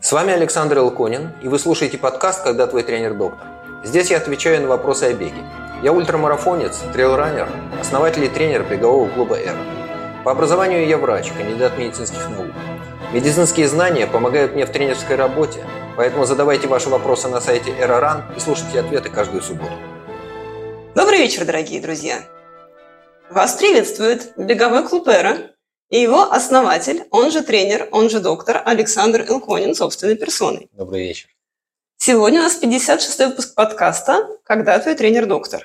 С вами Александр Илконин, и вы слушаете подкаст «Когда твой тренер доктор». Здесь я отвечаю на вопросы о беге. Я ультрамарафонец, трейлранер, основатель и тренер бегового клуба «Эра». По образованию я врач, кандидат медицинских наук. Медицинские знания помогают мне в тренерской работе, поэтому задавайте ваши вопросы на сайте «Эра.Ран» и слушайте ответы каждую субботу. Добрый вечер, дорогие друзья! Вас приветствует беговой клуб «Эра» и его основатель, он же тренер, он же доктор Александр Илконин собственной персоной. Добрый вечер. Сегодня у нас 56-й выпуск подкаста «Когда твой тренер доктор».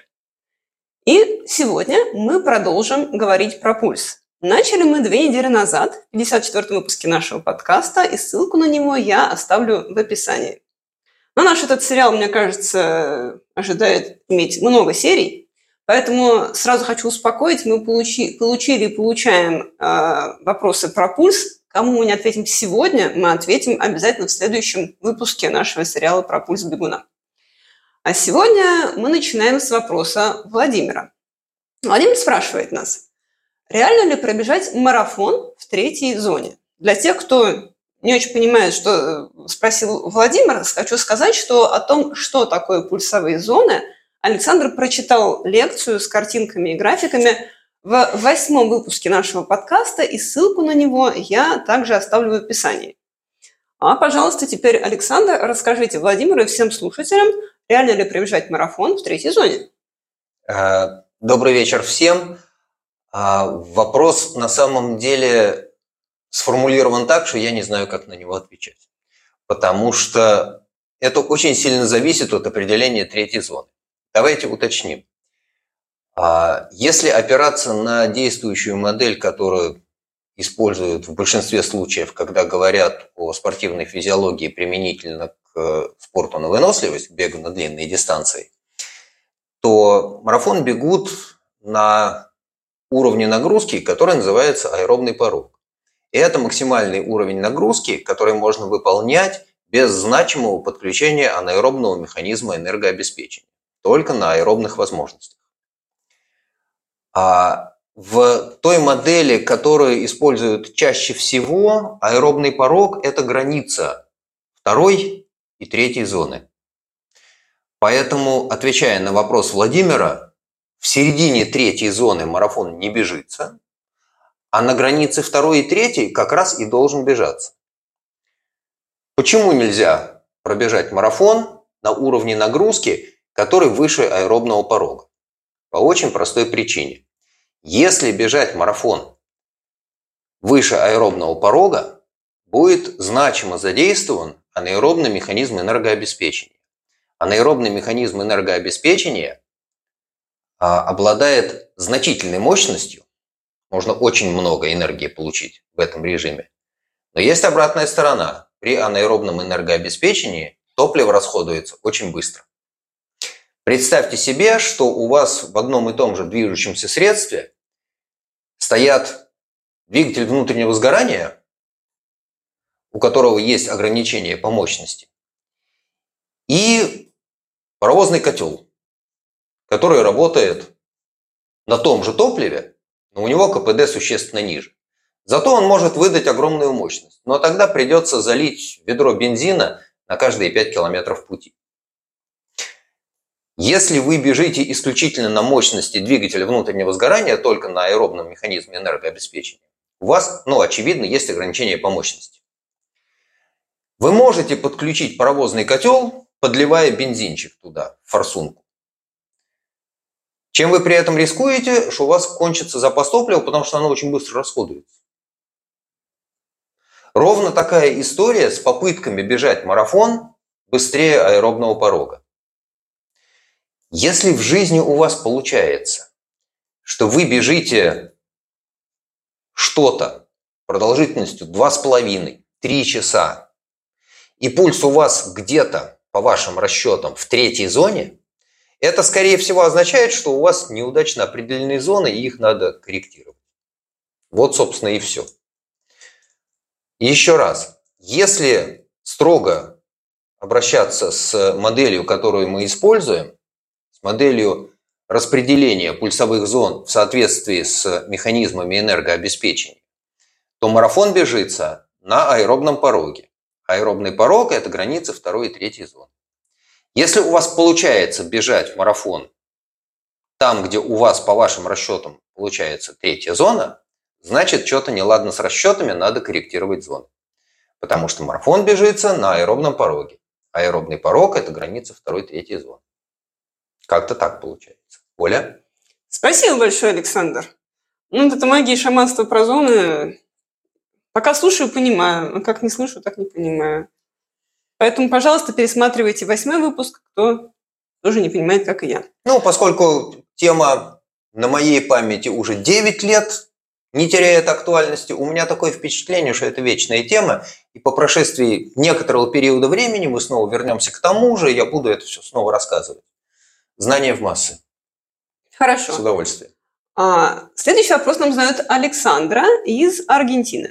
И сегодня мы продолжим говорить про пульс. Начали мы 2 недели назад, в 54-м выпуске нашего подкаста, и ссылку на него я оставлю в описании. Но наш этот сериал, мне кажется, ожидает иметь много серий, поэтому сразу хочу успокоить, мы получили и получаем вопросы про пульс. Кому мы не ответим сегодня, мы ответим обязательно в следующем выпуске нашего сериала про пульс бегуна. А сегодня мы начинаем с вопроса Владимира. Владимир спрашивает нас, реально ли пробежать марафон в 3-й зоне? Для тех, кто не очень понимает, что спросил Владимир, хочу сказать, что о том, что такое пульсовые зоны, Александр прочитал лекцию с картинками и графиками в 8-м выпуске нашего подкаста, и ссылку на него я также оставлю в описании. А, пожалуйста, теперь, Александр, расскажите Владимиру и всем слушателям, реально ли пробежать марафон в 3-й зоне? Добрый вечер всем. Вопрос на самом деле сформулирован так, что я не знаю, как на него отвечать. Потому что это очень сильно зависит от определения 3-й зоны. Давайте уточним. Если опираться на действующую модель, которую используют в большинстве случаев, когда говорят о спортивной физиологии применительно к спорту на выносливость, к бегу на длинные дистанции, то марафон бегут на уровне нагрузки, который называется аэробный порог. И это максимальный уровень нагрузки, который можно выполнять без значимого подключения анаэробного механизма энергообеспечения. Только на аэробных возможностях. В той модели, которую используют чаще всего, аэробный порог – это граница 2-й и 3-й зоны. Поэтому, отвечая на вопрос Владимира, в середине 3-й зоны марафон не бежится, а на границе 2-й и 3-й как раз и должен бежаться. Почему нельзя пробежать марафон на уровне нагрузки, который выше аэробного порога? По очень простой причине. Если бежать марафон выше аэробного порога, будет значимо задействован анаэробный механизм энергообеспечения. Анаэробный механизм энергообеспечения обладает значительной мощностью. Можно очень много энергии получить в этом режиме. Но есть обратная сторона. При анаэробном энергообеспечении топливо расходуется очень быстро. Представьте себе, что у вас в одном и том же движущемся средстве стоят двигатель внутреннего сгорания, у которого есть ограничения по мощности, и паровозный котел, который работает на том же топливе, но у него КПД существенно ниже. Зато он может выдать огромную мощность, но тогда придется залить ведро бензина на каждые 5 километров пути. Если вы бежите исключительно на мощности двигателя внутреннего сгорания, только на аэробном механизме энергообеспечения, у вас, очевидно, есть ограничения по мощности. Вы можете подключить паровозный котел, подливая бензинчик туда, в форсунку. Чем вы при этом рискуете, что у вас кончится запас топлива, потому что оно очень быстро расходуется. Ровно такая история с попытками бежать марафон быстрее аэробного порога. Если в жизни у вас получается, что вы бежите что-то продолжительностью 2,5-3 часа, и пульс у вас где-то, по вашим расчетам, в 3-й зоне, это, скорее всего, означает, что у вас неудачно определенные зоны, и их надо корректировать. Вот, собственно, и все. Еще раз, если строго обращаться с моделью, которую мы используем, моделью распределения пульсовых зон в соответствии с механизмами энергообеспечения, то марафон бежится на аэробном пороге. Аэробный порог – это граница второй и третьей зоны. Если у вас получается бежать марафон там, где у вас, по вашим расчетам, получается третья зона, значит, что-то неладно с расчетами, надо корректировать зону. Потому что марафон бежится на аэробном пороге. Аэробный порог – это граница второй и третьей зоны. Как-то так получается. Оля? Спасибо большое, Александр. Ну, это магия и шаманство про зоны. Пока слушаю, понимаю. А как не слышу, так не понимаю. Поэтому, пожалуйста, пересматривайте 8-й выпуск, кто тоже не понимает, как и я. Ну, поскольку тема на моей памяти уже 9 лет не теряет актуальности, у меня такое впечатление, что это вечная тема, и по прошествии некоторого периода времени мы снова вернемся к тому же, и я буду это все снова рассказывать. Знания в массы. Хорошо. С удовольствием. Следующий вопрос нам задает Александра из Аргентины.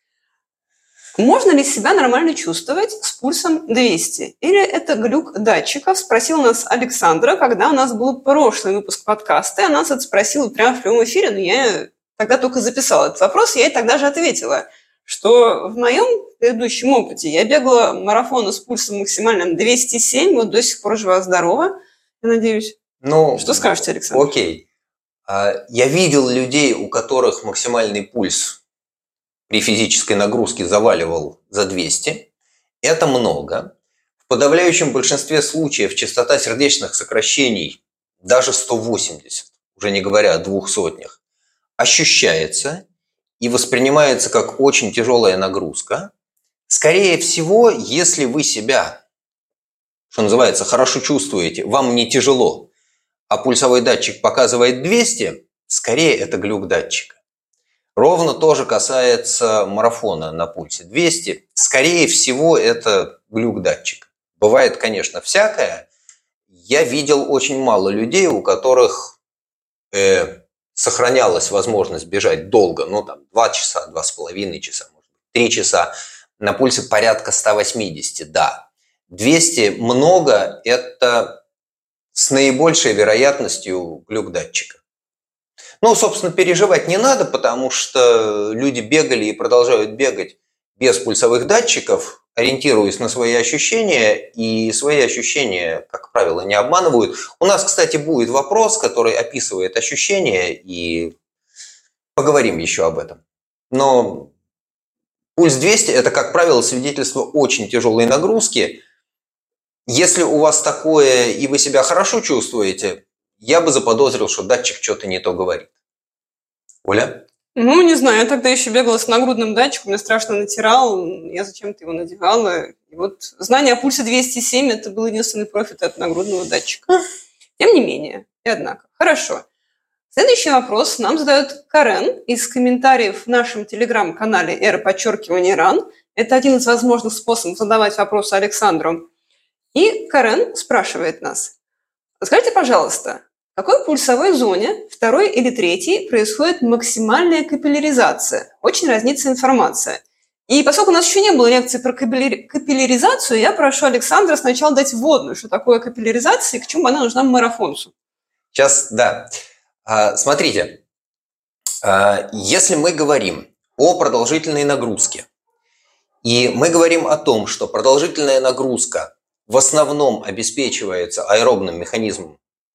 Можно ли себя нормально чувствовать с пульсом 200? Или это глюк датчиков? Спросил нас Александра, когда у нас был прошлый выпуск подкаста. И она нас это спросила прямо в прямом эфире, но я тогда только записала этот вопрос, и я ей тогда же ответила, что в моем предыдущем опыте я бегала марафоны с пульсом максимальным 207, вот до сих пор жива-здорова, я надеюсь. Что скажете, Александр? Окей. Я видел людей, у которых максимальный пульс при физической нагрузке заваливал за 200. Это много. В подавляющем большинстве случаев частота сердечных сокращений даже 180, уже не говоря о 200, ощущается и воспринимается как очень тяжелая нагрузка. Скорее всего, если вы себя, что называется, хорошо чувствуете, вам не тяжело, а пульсовой датчик показывает 200, скорее это глюк датчика. Ровно то же касается марафона на пульсе 200. Скорее всего, это глюк датчика. Бывает, конечно, всякое. Я видел очень мало людей, у которых сохранялась возможность бежать долго, 2 часа, 2,5 часа, может быть, 3 часа, на пульсе порядка 180, да. 200 много, это с наибольшей вероятностью глюк датчика. Собственно, переживать не надо, потому что люди бегали и продолжают бегать без пульсовых датчиков, ориентируясь на свои ощущения, и свои ощущения, как правило, не обманывают. У нас, кстати, будет вопрос, который описывает ощущения, и поговорим еще об этом. Но пульс 200 – это, как правило, свидетельство очень тяжелой нагрузки. Если у вас такое, и вы себя хорошо чувствуете, я бы заподозрил, что датчик что-то не то говорит. Оля? Не знаю, я тогда еще бегала с нагрудным датчиком, меня страшно натирал, я зачем-то его надевала. И вот знание о пульсе 207 – это был единственный профит от нагрудного датчика. Тем не менее, и однако. Хорошо. Следующий вопрос нам задает Карен из комментариев в нашем телеграм-канале @RAN. Это один из возможных способов задавать вопросы Александру. И Карен спрашивает нас. Скажите, пожалуйста, в какой пульсовой зоне, второй или третьей, происходит максимальная капилляризация? Очень разнится информация. И поскольку у нас еще не было лекции про капилляризацию, я прошу Александра сначала дать вводную, что такое капилляризация и к чему она нужна марафонцу. Сейчас, да. Смотрите, если мы говорим о продолжительной нагрузке, и мы говорим о том, что продолжительная нагрузка в основном обеспечивается аэробным механизмом,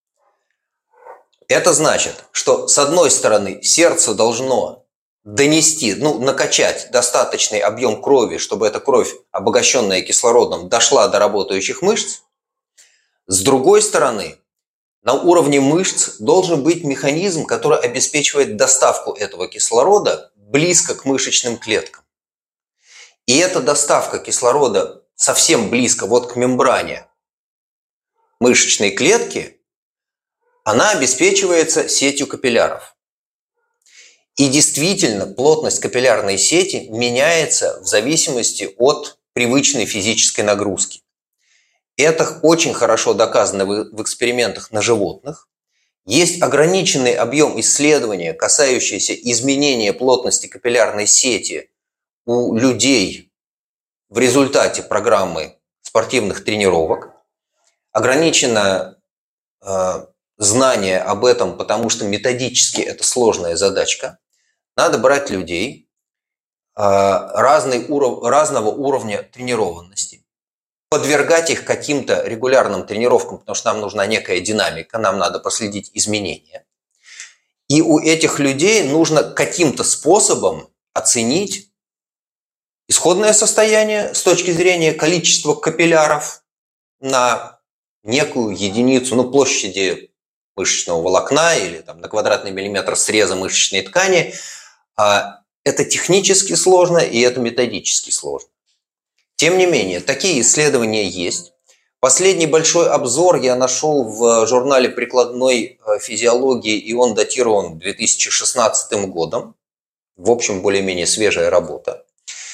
это значит, что с одной стороны сердце должно донести, накачать достаточный объем крови, чтобы эта кровь, обогащенная кислородом, дошла до работающих мышц. С другой стороны, на уровне мышц должен быть механизм, который обеспечивает доставку этого кислорода близко к мышечным клеткам. И эта доставка кислорода совсем близко, вот к мембране мышечной клетки, она обеспечивается сетью капилляров. И действительно, плотность капиллярной сети меняется в зависимости от привычной физической нагрузки. Это очень хорошо доказано в экспериментах на животных. Есть ограниченный объем исследования, касающийся изменения плотности капиллярной сети у людей в результате программы спортивных тренировок. Ограничено знание об этом, потому что методически это сложная задачка. Надо брать людей, разного уровня тренированности, подвергать их каким-то регулярным тренировкам, потому что нам нужна некая динамика, нам надо проследить изменения. И у этих людей нужно каким-то способом оценить исходное состояние с точки зрения количества капилляров на некую единицу, площади мышечного волокна или на квадратный миллиметр среза мышечной ткани. Это технически сложно и это методически сложно. Тем не менее, такие исследования есть. Последний большой обзор я нашел в журнале прикладной физиологии, и он датирован 2016 годом. В общем, более-менее свежая работа.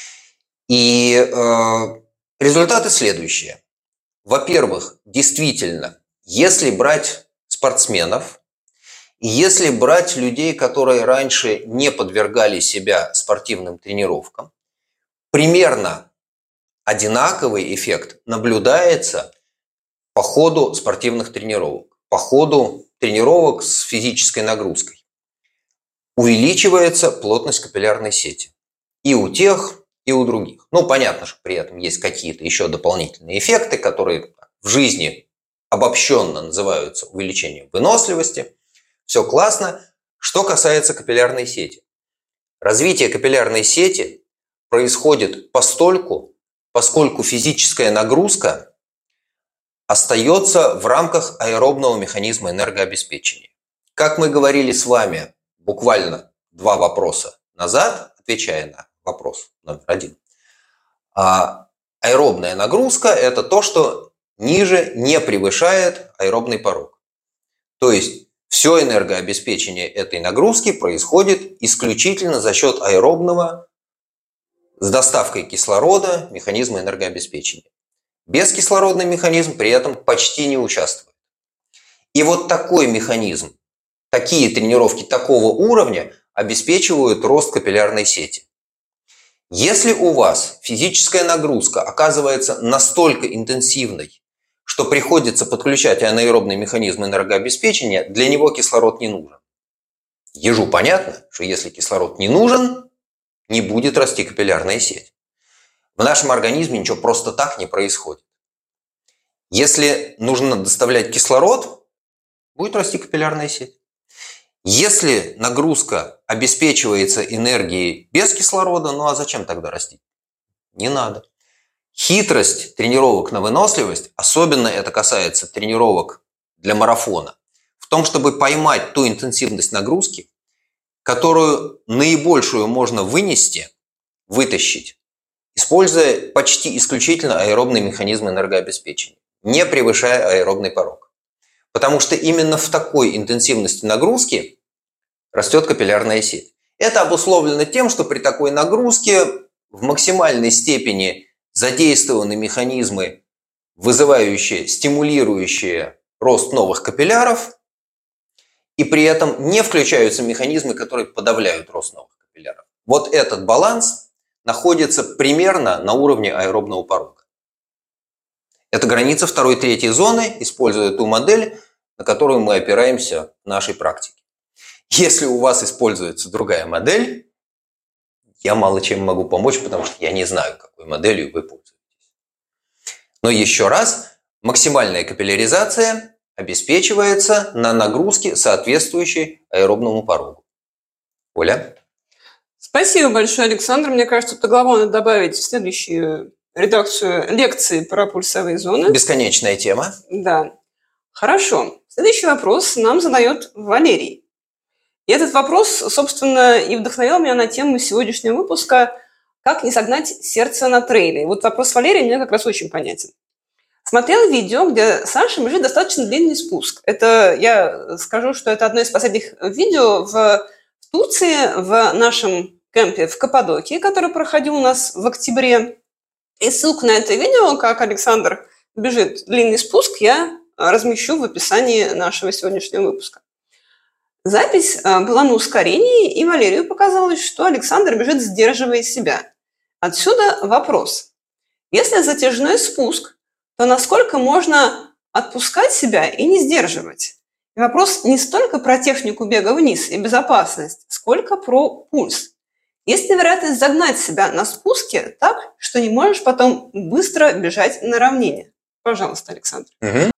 И результаты следующие. Во-первых, действительно, если брать спортсменов, и если брать людей, которые раньше не подвергали себя спортивным тренировкам, примерно одинаковый эффект наблюдается по ходу спортивных тренировок, по ходу тренировок с физической нагрузкой. Увеличивается плотность капиллярной сети и у тех, и у других. Понятно, что при этом есть какие-то еще дополнительные эффекты, которые в жизни обобщенно называются увеличением выносливости. Все классно. Что касается капиллярной сети. Развитие капиллярной сети происходит поскольку физическая нагрузка остается в рамках аэробного механизма энергообеспечения. Как мы говорили с вами буквально 2 вопроса назад, отвечая на вопрос номер 1, аэробная нагрузка – это то, что ниже не превышает аэробный порог. То есть все энергообеспечение этой нагрузки происходит исключительно за счет аэробного с доставкой кислорода механизма энергообеспечения. Бескислородный механизм при этом почти не участвует. И вот такой механизм, такие тренировки такого уровня обеспечивают рост капиллярной сети. Если у вас физическая нагрузка оказывается настолько интенсивной, что приходится подключать анаэробный механизм энергообеспечения, для него кислород не нужен. Ежу понятно, что если кислород не нужен, не будет расти капиллярная сеть. В нашем организме ничего просто так не происходит. Если нужно доставлять кислород, будет расти капиллярная сеть. Если нагрузка обеспечивается энергией без кислорода, а зачем тогда растить? Не надо. Хитрость тренировок на выносливость, особенно это касается тренировок для марафона, в том, чтобы поймать ту интенсивность нагрузки, которую наибольшую можно вытащить, используя почти исключительно аэробный механизм энергообеспечения, не превышая аэробный порог. Потому что именно в такой интенсивности нагрузки растет капиллярная сеть. Это обусловлено тем, что при такой нагрузке в максимальной степени задействованы механизмы, вызывающие, стимулирующие рост новых капилляров, и при этом не включаются механизмы, которые подавляют рост новых капилляров. Вот этот баланс находится примерно на уровне аэробного порога. Это граница 2-3 зоны, используя ту модель, на которую мы опираемся в нашей практике. Если у вас используется другая модель, я мало чем могу помочь, потому что я не знаю, какой моделью вы пользуетесь. Но еще раз, максимальная капилляризация обеспечивается на нагрузке, соответствующей аэробному порогу. Оля? Спасибо большое, Александр. Мне кажется, это главное надо добавить в следующую редакцию лекции про пульсовые зоны. Бесконечная тема. Да. Хорошо. Следующий вопрос нам задает Валерий. И этот вопрос, собственно, и вдохновил меня на тему сегодняшнего выпуска «Как не согнать сердце на трейле». И вот вопрос Валерия мне как раз очень понятен. Смотрел видео, где Саша бежит достаточно длинный спуск. Это, я скажу, что это одно из последних видео в Турции, в нашем кемпе в Каппадокии, который проходил у нас в октябре. И ссылку на это видео, как Александр бежит длинный спуск, я размещу в описании нашего сегодняшнего выпуска. Запись была на ускорении, и Валерию показалось, что Александр бежит, сдерживая себя. Отсюда вопрос. Если затяжной спуск, то насколько можно отпускать себя и не сдерживать? И вопрос не столько про технику бега вниз и безопасность, сколько про пульс. Есть ли вероятность загнать себя на спуске так, что не можешь потом быстро бежать на равнине? Пожалуйста, Александр.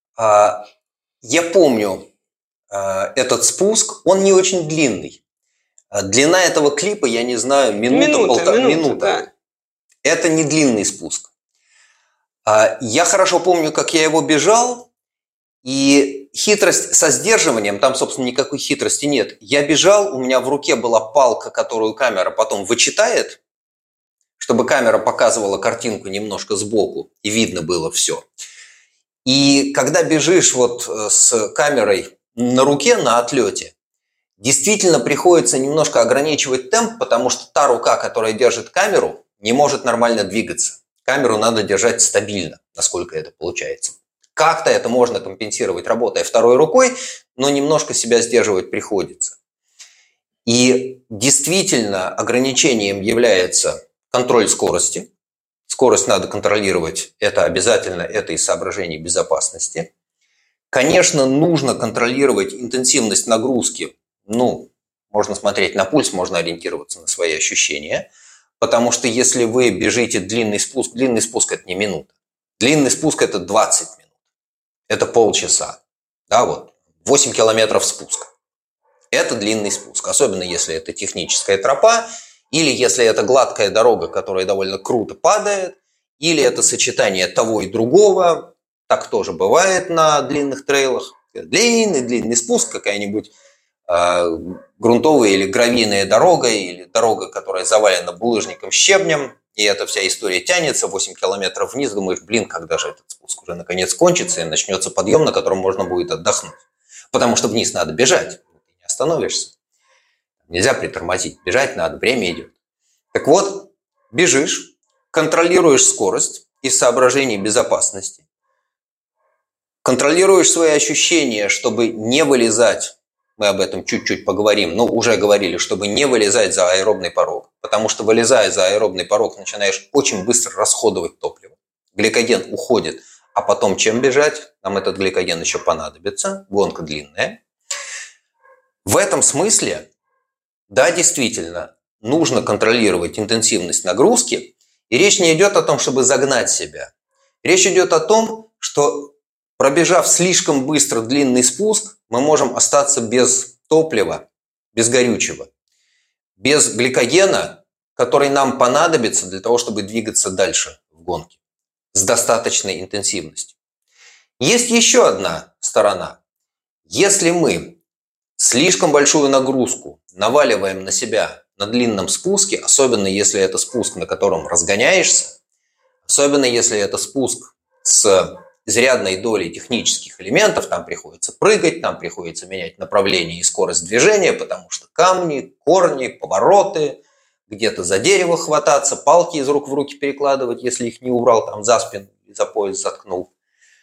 Я помню этот спуск, он не очень длинный. Длина этого клипа, я не знаю, минута. Да. Это не длинный спуск. Я хорошо помню, как я его бежал, и хитрость со сдерживанием, там, собственно, никакой хитрости нет. Я бежал, у меня в руке была палка, которую камера потом вычитает, чтобы камера показывала картинку немножко сбоку, и видно было все. И когда бежишь вот с камерой на руке на отлете, действительно приходится немножко ограничивать темп, потому что та рука, которая держит камеру, не может нормально двигаться. Камеру надо держать стабильно, насколько это получается. Как-то это можно компенсировать, работая второй рукой, но немножко себя сдерживать приходится. И действительно ограничением является контроль скорости. Скорость надо контролировать, это обязательно, это из соображений безопасности. Конечно, нужно контролировать интенсивность нагрузки. Можно смотреть на пульс, можно ориентироваться на свои ощущения. Потому что если вы бежите длинный спуск это не минута. Длинный спуск это 20 минут. Это полчаса. 8 километров спуска. Это длинный спуск. Особенно если это техническая тропа, или если это гладкая дорога, которая довольно круто падает, или это сочетание того и другого. Так тоже бывает на длинных трейлах. Длинный спуск, какая-нибудь грунтовая или гравийная дорога, или дорога, которая завалена булыжником, щебнем, и эта вся история тянется 8 километров вниз, думаешь, когда же этот спуск уже наконец кончится, и начнется подъем, на котором можно будет отдохнуть. Потому что вниз надо бежать, ты не остановишься. Нельзя притормозить, бежать надо, время идет. Так вот, бежишь, контролируешь скорость из соображений безопасности, контролируешь свои ощущения, чтобы не вылезать. Мы об этом чуть-чуть поговорим, но уже говорили, чтобы не вылезать за аэробный порог. Потому что, вылезая за аэробный порог, начинаешь очень быстро расходовать топливо. Гликоген уходит, а потом чем бежать? Нам этот гликоген еще понадобится. Гонка длинная. В этом смысле, да, действительно, нужно контролировать интенсивность нагрузки. И речь не идет о том, чтобы загнать себя. Речь идет о том, что, пробежав слишком быстро длинный спуск, мы можем остаться без топлива, без горючего, без гликогена, который нам понадобится для того, чтобы двигаться дальше в гонке с достаточной интенсивностью. Есть еще одна сторона. Если мы слишком большую нагрузку наваливаем на себя на длинном спуске, особенно если это спуск, на котором разгоняешься, особенно если это спуск с изрядной долей технических элементов, там приходится прыгать, там приходится менять направление и скорость движения, потому что камни, корни, повороты, где-то за дерево хвататься, палки из рук в руки перекладывать, если их не убрал там за спину и за пояс заткнул.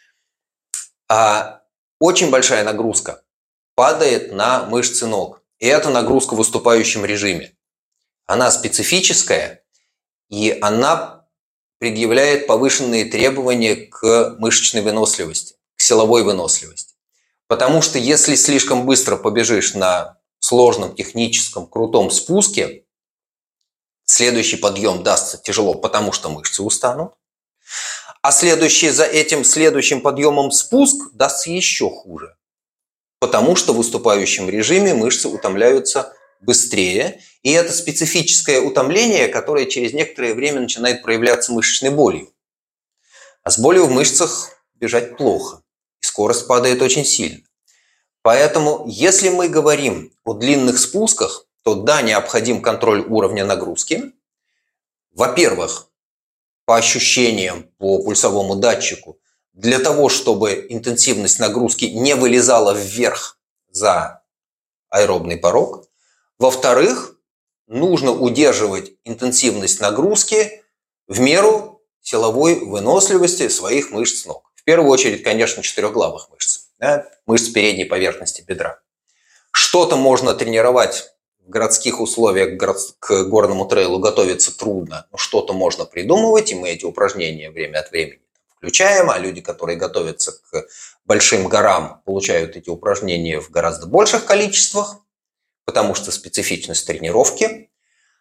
Очень большая нагрузка падает на мышцы ног. И это нагрузка в выступающем режиме. Она специфическая, и она предъявляет повышенные требования к мышечной выносливости, к силовой выносливости. Потому что если слишком быстро побежишь на сложном техническом крутом спуске, следующий подъем дастся тяжело, потому что мышцы устанут. А следующий за этим следующим подъемом спуск дастся еще хуже. Потому что в выступающем режиме мышцы утомляются быстрее. И это специфическое утомление, которое через некоторое время начинает проявляться мышечной болью. А с болью в мышцах бежать плохо. И скорость падает очень сильно. Поэтому, если мы говорим о длинных спусках, то да, необходим контроль уровня нагрузки. Во-первых, по ощущениям, по пульсовому датчику, для того, чтобы интенсивность нагрузки не вылезала вверх за аэробный порог. Во-вторых, нужно удерживать интенсивность нагрузки в меру силовой выносливости своих мышц ног. В первую очередь, конечно, четырехглавых мышц, мышц передней поверхности бедра. Что-то можно тренировать в городских условиях, к горному трейлу готовиться трудно, но что-то можно придумывать, и мы эти упражнения время от времени включаем, а люди, которые готовятся к большим горам, получают эти упражнения в гораздо больших количествах, потому что специфичность тренировки.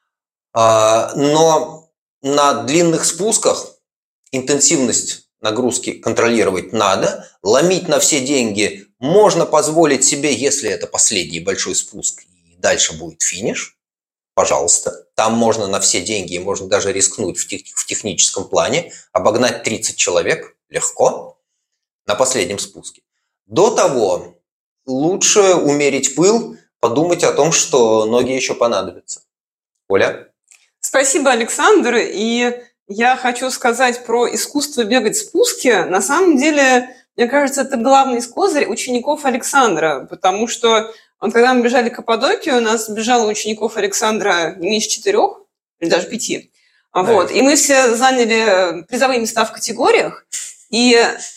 Но на длинных спусках интенсивность нагрузки контролировать надо. Ломить на все деньги можно позволить себе, если это последний большой спуск и дальше будет финиш. Пожалуйста. Там можно на все деньги, можно даже рискнуть в техническом плане, обогнать 30 человек легко на последнем спуске. До того лучше умерить пыл, подумать о том, что ноги еще понадобятся. Оля? Спасибо, Александр. И я хочу сказать про искусство бегать в спуске. На самом деле, мне кажется, это главный козырь учеников Александра, потому что когда мы бежали Каппадокию, у нас бежало учеников Александра не меньше 4 или даже 5. Вот. И мы все заняли призовые места в категориях. И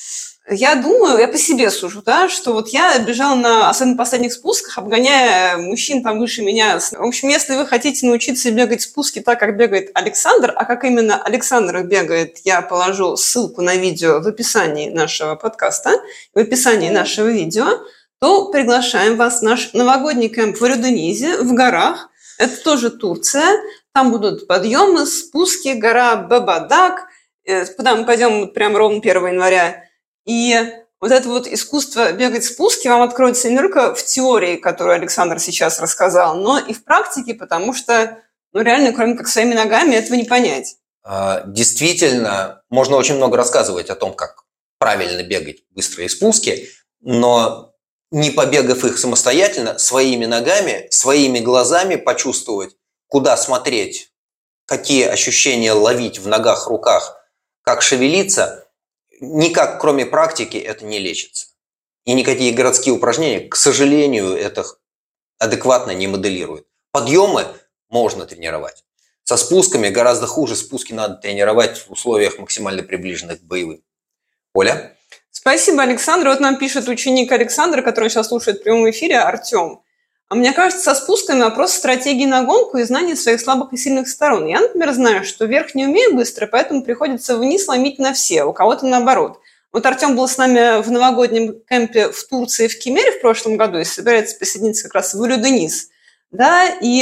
я думаю, я по себе сужу, да, что вот я бежала на особенно последних спусках, обгоняя мужчин там выше меня. В общем, если вы хотите научиться бегать спуски так, как бегает Александр, а как именно Александр бегает, я положу ссылку на видео в описании нашего подкаста, в описании нашего видео, то приглашаем вас в наш новогодний кемп в Рюденизе, в горах. Это тоже Турция. Там будут подъемы, спуски, гора Бабадак. Куда мы пойдем прямо ровно 1 января. И вот это вот искусство бегать в спуске вам откроется не только в теории, которую Александр сейчас рассказал, но и в практике, потому что, реально, кроме как своими ногами, этого не понять. Действительно, можно очень много рассказывать о том, как правильно бегать быстрые спуски, но не побегав их самостоятельно, своими ногами, своими глазами почувствовать, куда смотреть, какие ощущения ловить в ногах, руках, как шевелиться, никак, кроме практики, это не лечится. И никакие городские упражнения, к сожалению, это адекватно не моделируют. Подъемы можно тренировать. Со спусками гораздо хуже. Спуски надо тренировать в условиях максимально приближенных к боевым. Оля? Спасибо, Александр. Вот нам пишет ученик Александра, который сейчас слушает в прямом эфире, Артем. А мне кажется, со спусками вопрос стратегии на гонку и знания своих слабых и сильных сторон. Я, например, знаю, что вверх не умею быстро, поэтому приходится вниз ломить на все, у кого-то наоборот. Вот Артем был с нами в новогоднем кемпе в Турции, в Кемере в прошлом году, и собирается присоединиться как раз в Рюдениз. Да, и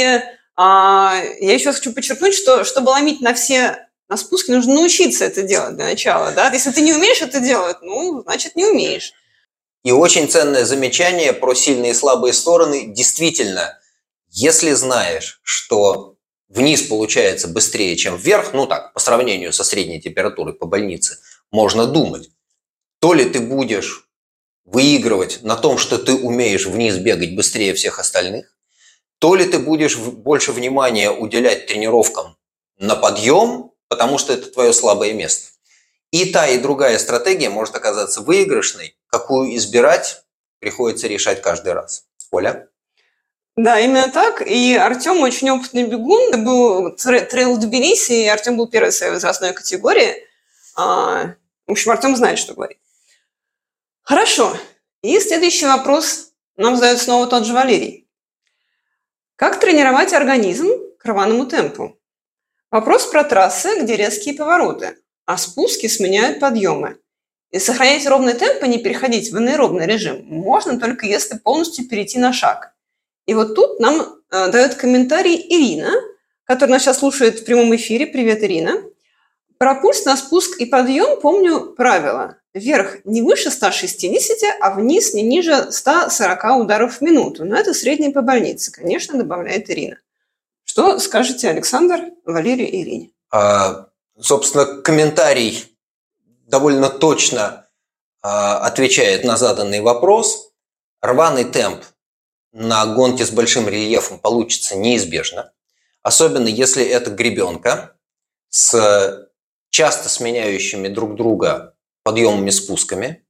я еще хочу подчеркнуть, что чтобы ломить на все на спуске, нужно научиться это делать для начала. Да? Если ты не умеешь это делать, значит, не умеешь. И очень ценное замечание про сильные и слабые стороны. Действительно, если знаешь, что вниз получается быстрее, чем вверх, по сравнению со средней температурой по больнице, можно думать, то ли ты будешь выигрывать на том, что ты умеешь вниз бегать быстрее всех остальных, то ли ты будешь больше внимания уделять тренировкам на подъем, потому что это твое слабое место. И та, и другая стратегия может оказаться выигрышной. Какую избирать, приходится решать каждый раз. Оля? Да, именно так. И Артем очень опытный бегун. Это был трейл Тбилиси, и Артем был первой в своей возрастной категории. В общем, Артем знает, что говорит. Хорошо. И следующий вопрос нам задает снова тот же Валерий. Как тренировать организм к рваному темпу? Вопрос про трассы, где резкие повороты, а спуски сменяют подъемы. И сохранять ровный темп и не переходить в анаэробный режим можно только если полностью перейти на шаг. И вот тут нам дает комментарий Ирина, которая нас сейчас слушает в прямом эфире. Привет, Ирина. Про пульс на спуск и подъем помню правило. Вверх не выше 160, а вниз не ниже 140 ударов в минуту. Но это средний по больнице, конечно, добавляет Ирина. Что скажете, Александр, Валерию и Ирине? Собственно, комментарий довольно точно отвечает на заданный вопрос. Рваный темп на гонке с большим рельефом получится неизбежно. Особенно если это гребенка с часто сменяющими друг друга подъемами-спусками.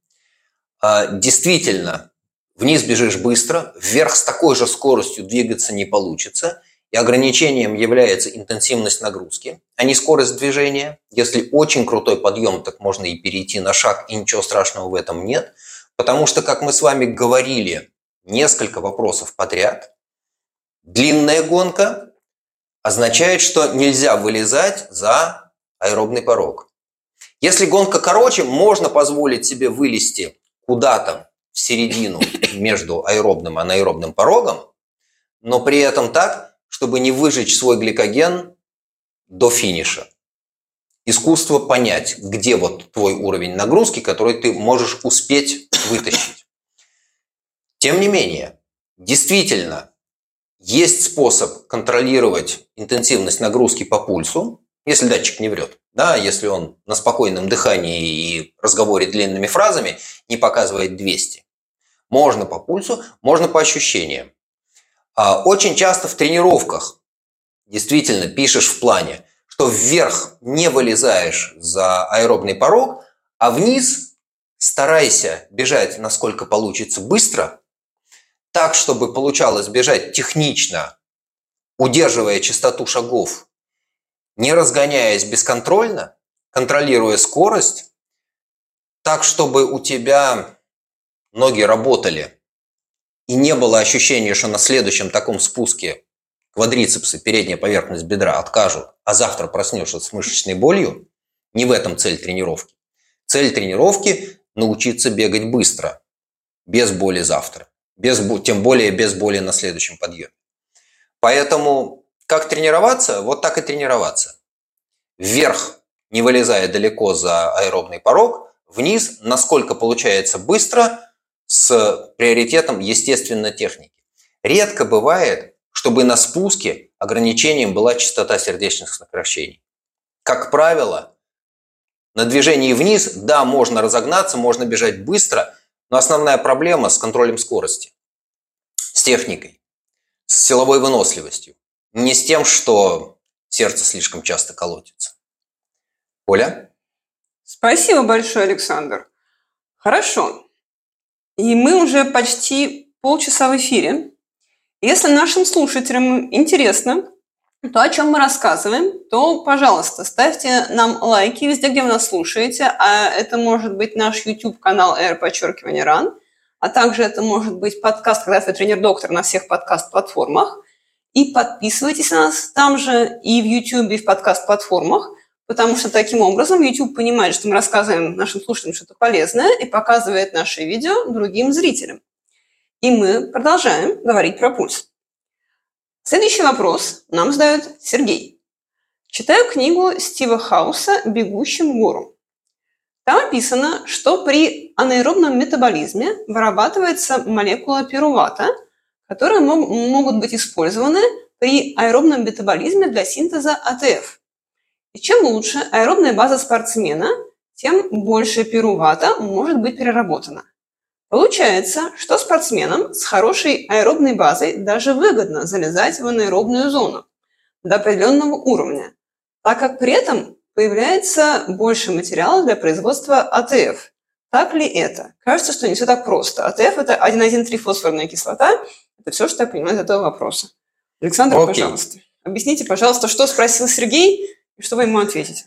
Действительно, вниз бежишь быстро, вверх с такой же скоростью двигаться не получится. И ограничением является интенсивность нагрузки, а не скорость движения. Если очень крутой подъем, так можно и перейти на шаг, и ничего страшного в этом нет. Потому что, как мы с вами говорили несколько вопросов подряд, длинная гонка означает, что нельзя вылезать за аэробный порог. Если гонка короче, можно позволить себе вылезти куда-то в середину между аэробным и анаэробным порогом, но при этом так, чтобы не выжечь свой гликоген до финиша. Искусство понять, где вот твой уровень нагрузки, который ты можешь успеть вытащить. Тем не менее, действительно, есть способ контролировать интенсивность нагрузки по пульсу, если датчик не врет. Да, если он на спокойном дыхании и разговоре длинными фразами не показывает 200. Можно по пульсу, можно по ощущениям. Очень часто в тренировках действительно пишешь в плане, что вверх не вылезаешь за аэробный порог, а вниз старайся бежать, насколько получится, быстро, так, чтобы получалось бежать технично, удерживая частоту шагов, не разгоняясь бесконтрольно, контролируя скорость, так, чтобы у тебя ноги работали и не было ощущения, что на следующем таком спуске квадрицепсы, передняя поверхность бедра откажут, а завтра проснешься с мышечной болью. Не в этом цель тренировки. Цель тренировки – научиться бегать быстро, без боли завтра, тем более без боли на следующем подъеме. Поэтому как тренироваться? Вот так и тренироваться. Вверх, не вылезая далеко за аэробный порог, вниз, насколько получается быстро, с приоритетом, естественно, техники. Редко бывает, чтобы на спуске ограничением была частота сердечных сокращений. Как правило, на движении вниз, да, можно разогнаться, можно бежать быстро, но основная проблема с контролем скорости, с техникой, с силовой выносливостью, не с тем, что сердце слишком часто колотится. Оля? Спасибо большое, Александр. Хорошо. И мы уже почти полчаса в эфире. Если нашим слушателям интересно то, о чем мы рассказываем, то, пожалуйста, ставьте нам лайки везде, где вы нас слушаете. А это может быть наш YouTube-канал @run, а также это может быть подкаст «Когда твой тренер-доктор» на всех подкаст-платформах. И подписывайтесь на нас там же и в YouTube, и в подкаст-платформах, потому что таким образом YouTube понимает, что мы рассказываем нашим слушателям что-то полезное и показывает наши видео другим зрителям. И мы продолжаем говорить про пульс. Следующий вопрос нам задает Сергей. Читаю книгу Стива Хауса «Бегущим в гору». Там описано, что при анаэробном метаболизме вырабатывается молекула пирувата, которые могут быть использованы при аэробном метаболизме для синтеза АТФ. И чем лучше аэробная база спортсмена, тем больше пирувата может быть переработано. Получается, что спортсменам с хорошей аэробной базой даже выгодно залезать в анаэробную зону до определенного уровня, так как при этом появляется больше материала для производства АТФ. Так ли это? Кажется, что не все так просто. АТФ – это 1,1,3-фосфорная кислота. Это все, что я понимаю из этого вопроса. Александр, пожалуйста, объясните, пожалуйста, что спросил Сергей и что вы ему ответите.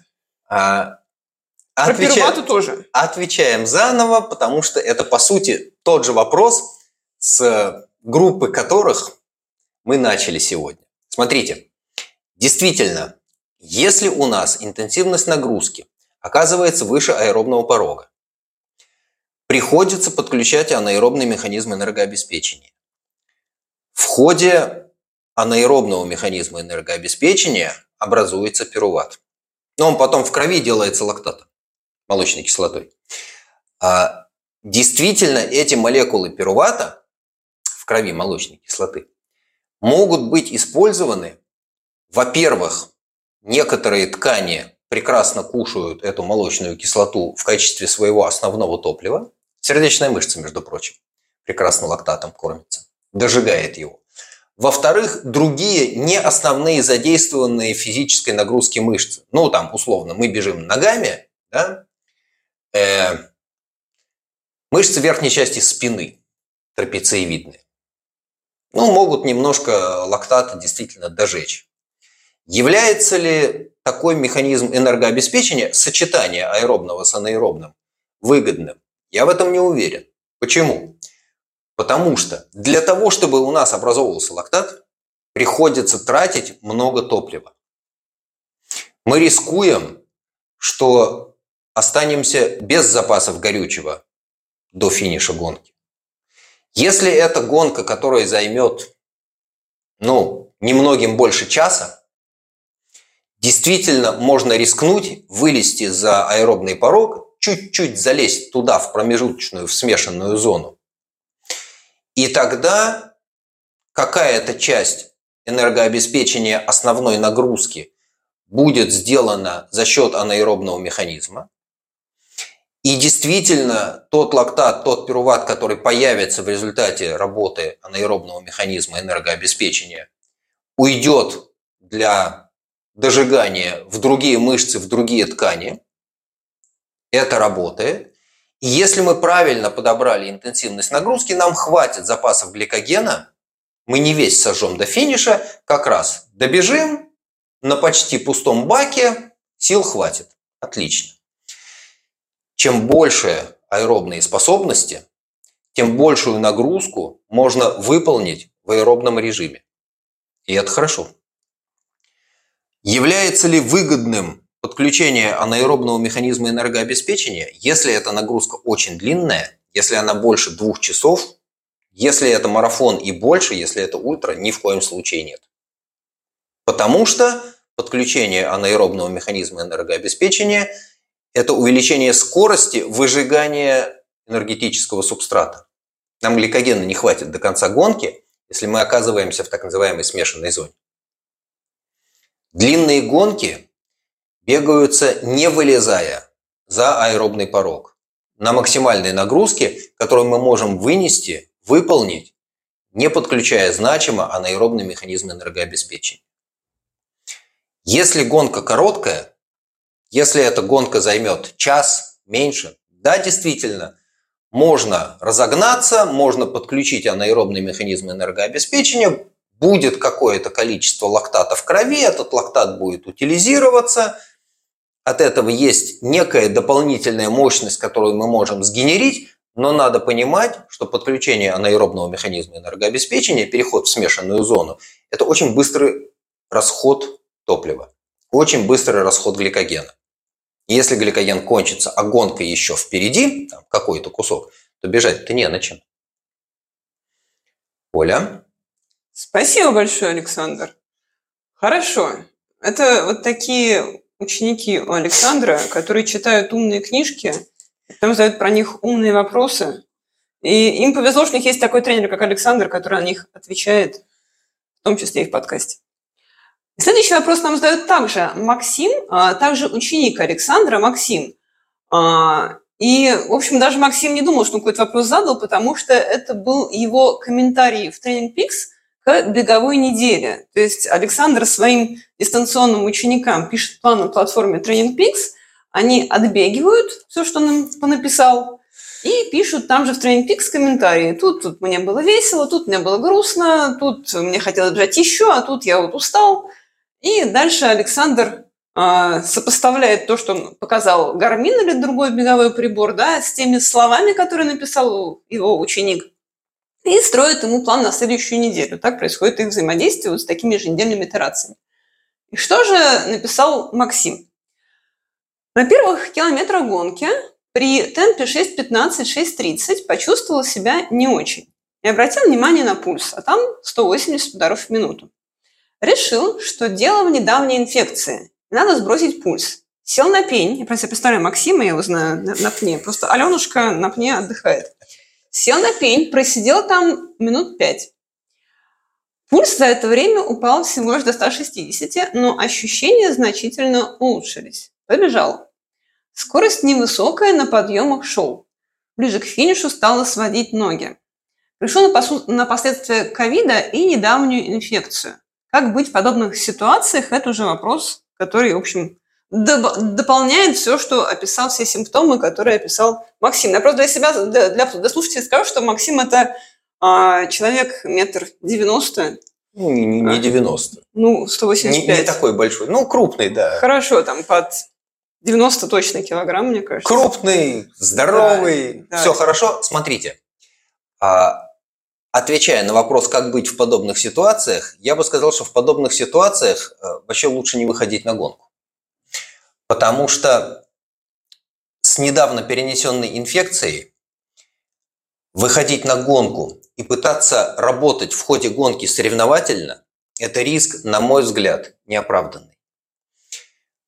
Про пирувату тоже. Отвечаем заново, потому что это, по сути, тот же вопрос, с группы которых мы начали сегодня. Смотрите, действительно, если у нас интенсивность нагрузки оказывается выше аэробного порога, приходится подключать анаэробный механизм энергообеспечения. В ходе анаэробного механизма энергообеспечения образуется пируват. Но он потом в крови делается лактатом, молочной кислотой. Действительно, эти молекулы пирувата в крови молочной кислоты могут быть использованы. Во-первых, некоторые ткани прекрасно кушают эту молочную кислоту в качестве своего основного топлива. Сердечная мышца, между прочим, прекрасно лактатом кормится, дожигает его. Во-вторых, другие не основные задействованные в физической нагрузке мышцы. Ну, там, условно, мы бежим ногами, да? Мышцы верхней части спины, трапециевидные, могут немножко лактата действительно дожечь. Является ли такой механизм энергообеспечения, сочетание аэробного с анаэробным, выгодным? Я в этом не уверен. Почему? Потому что для того, чтобы у нас образовывался лактат, приходится тратить много топлива. Мы рискуем, что останемся без запасов горючего до финиша гонки. Если это гонка, которая займет, немногим больше часа, действительно можно рискнуть, вылезти за аэробный порог, чуть-чуть залезть туда, в промежуточную, в смешанную зону. И тогда какая-то часть энергообеспечения основной нагрузки будет сделана за счет анаэробного механизма. И действительно, тот лактат, тот пируват, который появится в результате работы анаэробного механизма энергообеспечения, уйдет для дожигания в другие мышцы, в другие ткани. Это работает. И если мы правильно подобрали интенсивность нагрузки, нам хватит запасов гликогена, мы не весь сожжем до финиша, как раз добежим на почти пустом баке, сил хватит. Отлично. Чем больше аэробные способности, тем большую нагрузку можно выполнить в аэробном режиме. И это хорошо. Является ли выгодным подключение анаэробного механизма энергообеспечения, если эта нагрузка очень длинная, если она больше 2 часов, если это марафон и больше, если это ультра, ни в коем случае нет. Потому что подключение анаэробного механизма энергообеспечения – это увеличение скорости выжигания энергетического субстрата. Нам гликогена не хватит до конца гонки, если мы оказываемся в так называемой смешанной зоне. Длинные гонки бегаются, не вылезая за аэробный порог, на максимальной нагрузке, которую мы можем вынести, выполнить, не подключая значимо анаэробный механизм энергообеспечения. Если гонка короткая, если эта гонка займет час, меньше, да, действительно, можно разогнаться, можно подключить анаэробный механизм энергообеспечения, будет какое-то количество лактата в крови, этот лактат будет утилизироваться, от этого есть некая дополнительная мощность, которую мы можем сгенерить, но надо понимать, что подключение анаэробного механизма энергообеспечения, переход в смешанную зону, это очень быстрый расход топлива, очень быстрый расход гликогена. Если гликоген кончится, а гонка еще впереди, там, какой-то кусок, то бежать-то не на чем. Оля? Спасибо большое, Александр. Хорошо. Это вот такие ученики у Александра, которые читают умные книжки, потом задают про них умные вопросы. И им повезло, что у них есть такой тренер, как Александр, который на них отвечает, в том числе и в подкасте. Следующий вопрос нам задает также Максим, также ученик Александра, Максим. И, в общем, даже Максим не думал, что он какой-то вопрос задал, потому что это был его комментарий в Training Peaks к беговой неделе. То есть Александр своим дистанционным ученикам пишет план на платформе Training Peaks, они отбегивают все, что он им понаписал, и пишут там же в Training Peaks комментарии. Тут мне было весело, тут мне было грустно, тут мне хотелось бежать еще, а тут я вот устал. И дальше Александр сопоставляет то, что он показал Garmin или другой беговой прибор, да, с теми словами, которые написал его ученик, и строит ему план на следующую неделю. Так происходит их взаимодействие вот с такими еженедельными итерациями. И что же написал Максим? На первых километрах гонки при темпе 6.15, 6.30 почувствовал себя не очень. И обратил внимание на пульс, а там 180 ударов в минуту. Решил, что дело в недавней инфекции. Надо сбросить пульс. Сел на пень. Я просто представляю Максима, я его знаю, на пне. Просто Аленушка на пне отдыхает. Сел на пень, просидел там минут 5. Пульс за это время упал всего лишь до 160, но ощущения значительно улучшились. Побежал. Скорость невысокая, на подъемах шел. Ближе к финишу стало сводить ноги. Пришел на последствия ковида и недавнюю инфекцию. Как быть в подобных ситуациях – это уже вопрос, который, в общем, дополняет все, что описал, все симптомы, которые описал Максим. Я просто для себя, для слушателей скажу, что Максим – это человек 1,90 м. Ну, не 90. 185. Не такой большой. крупный, да. Хорошо, там под 90 точно килограмм, мне кажется. Крупный, здоровый, да. Все хорошо. Смотрите, отвечая на вопрос, как быть в подобных ситуациях, я бы сказал, что в подобных ситуациях вообще лучше не выходить на гонку. Потому что с недавно перенесенной инфекцией выходить на гонку и пытаться работать в ходе гонки соревновательно – это риск, на мой взгляд, неоправданный.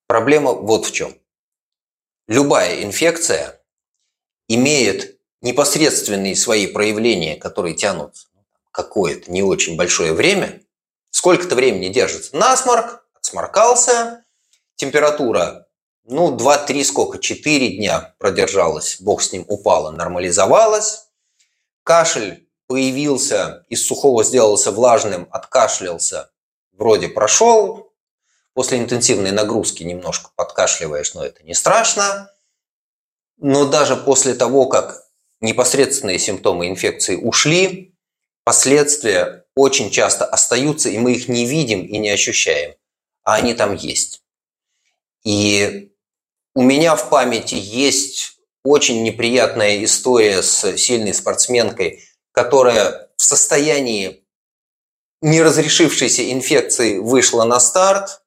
Проблема вот в чем. Любая инфекция имеет непосредственные свои проявления, которые тянутся какое-то не очень большое время. Сколько-то времени держится насморк, отсморкался, температура, 2-3, сколько, 4 дня продержалась, бог с ним, упала, нормализовалась. Кашель появился, из сухого сделался влажным, откашлялся, вроде прошел. После интенсивной нагрузки немножко подкашливаешь, но это не страшно. Но даже после того, как непосредственные симптомы инфекции ушли, последствия очень часто остаются, и мы их не видим и не ощущаем, а они там есть. И у меня в памяти есть очень неприятная история с сильной спортсменкой, которая в состоянии неразрешившейся инфекции вышла на старт,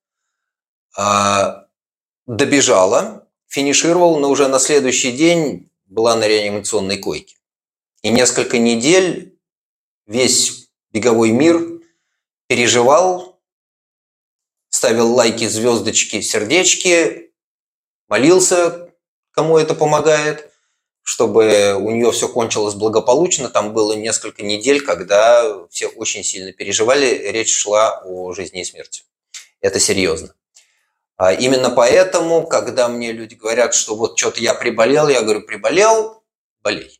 добежала, финишировала, но уже на следующий день была на реанимационной койке. И несколько недель весь беговой мир переживал, ставил лайки, звездочки, сердечки, молился, кому это помогает, чтобы у нее все кончилось благополучно. Там было несколько недель, когда все очень сильно переживали, речь шла о жизни и смерти. Это серьезно. Именно поэтому, когда мне люди говорят, что вот что-то я приболел, я говорю, приболел, болей.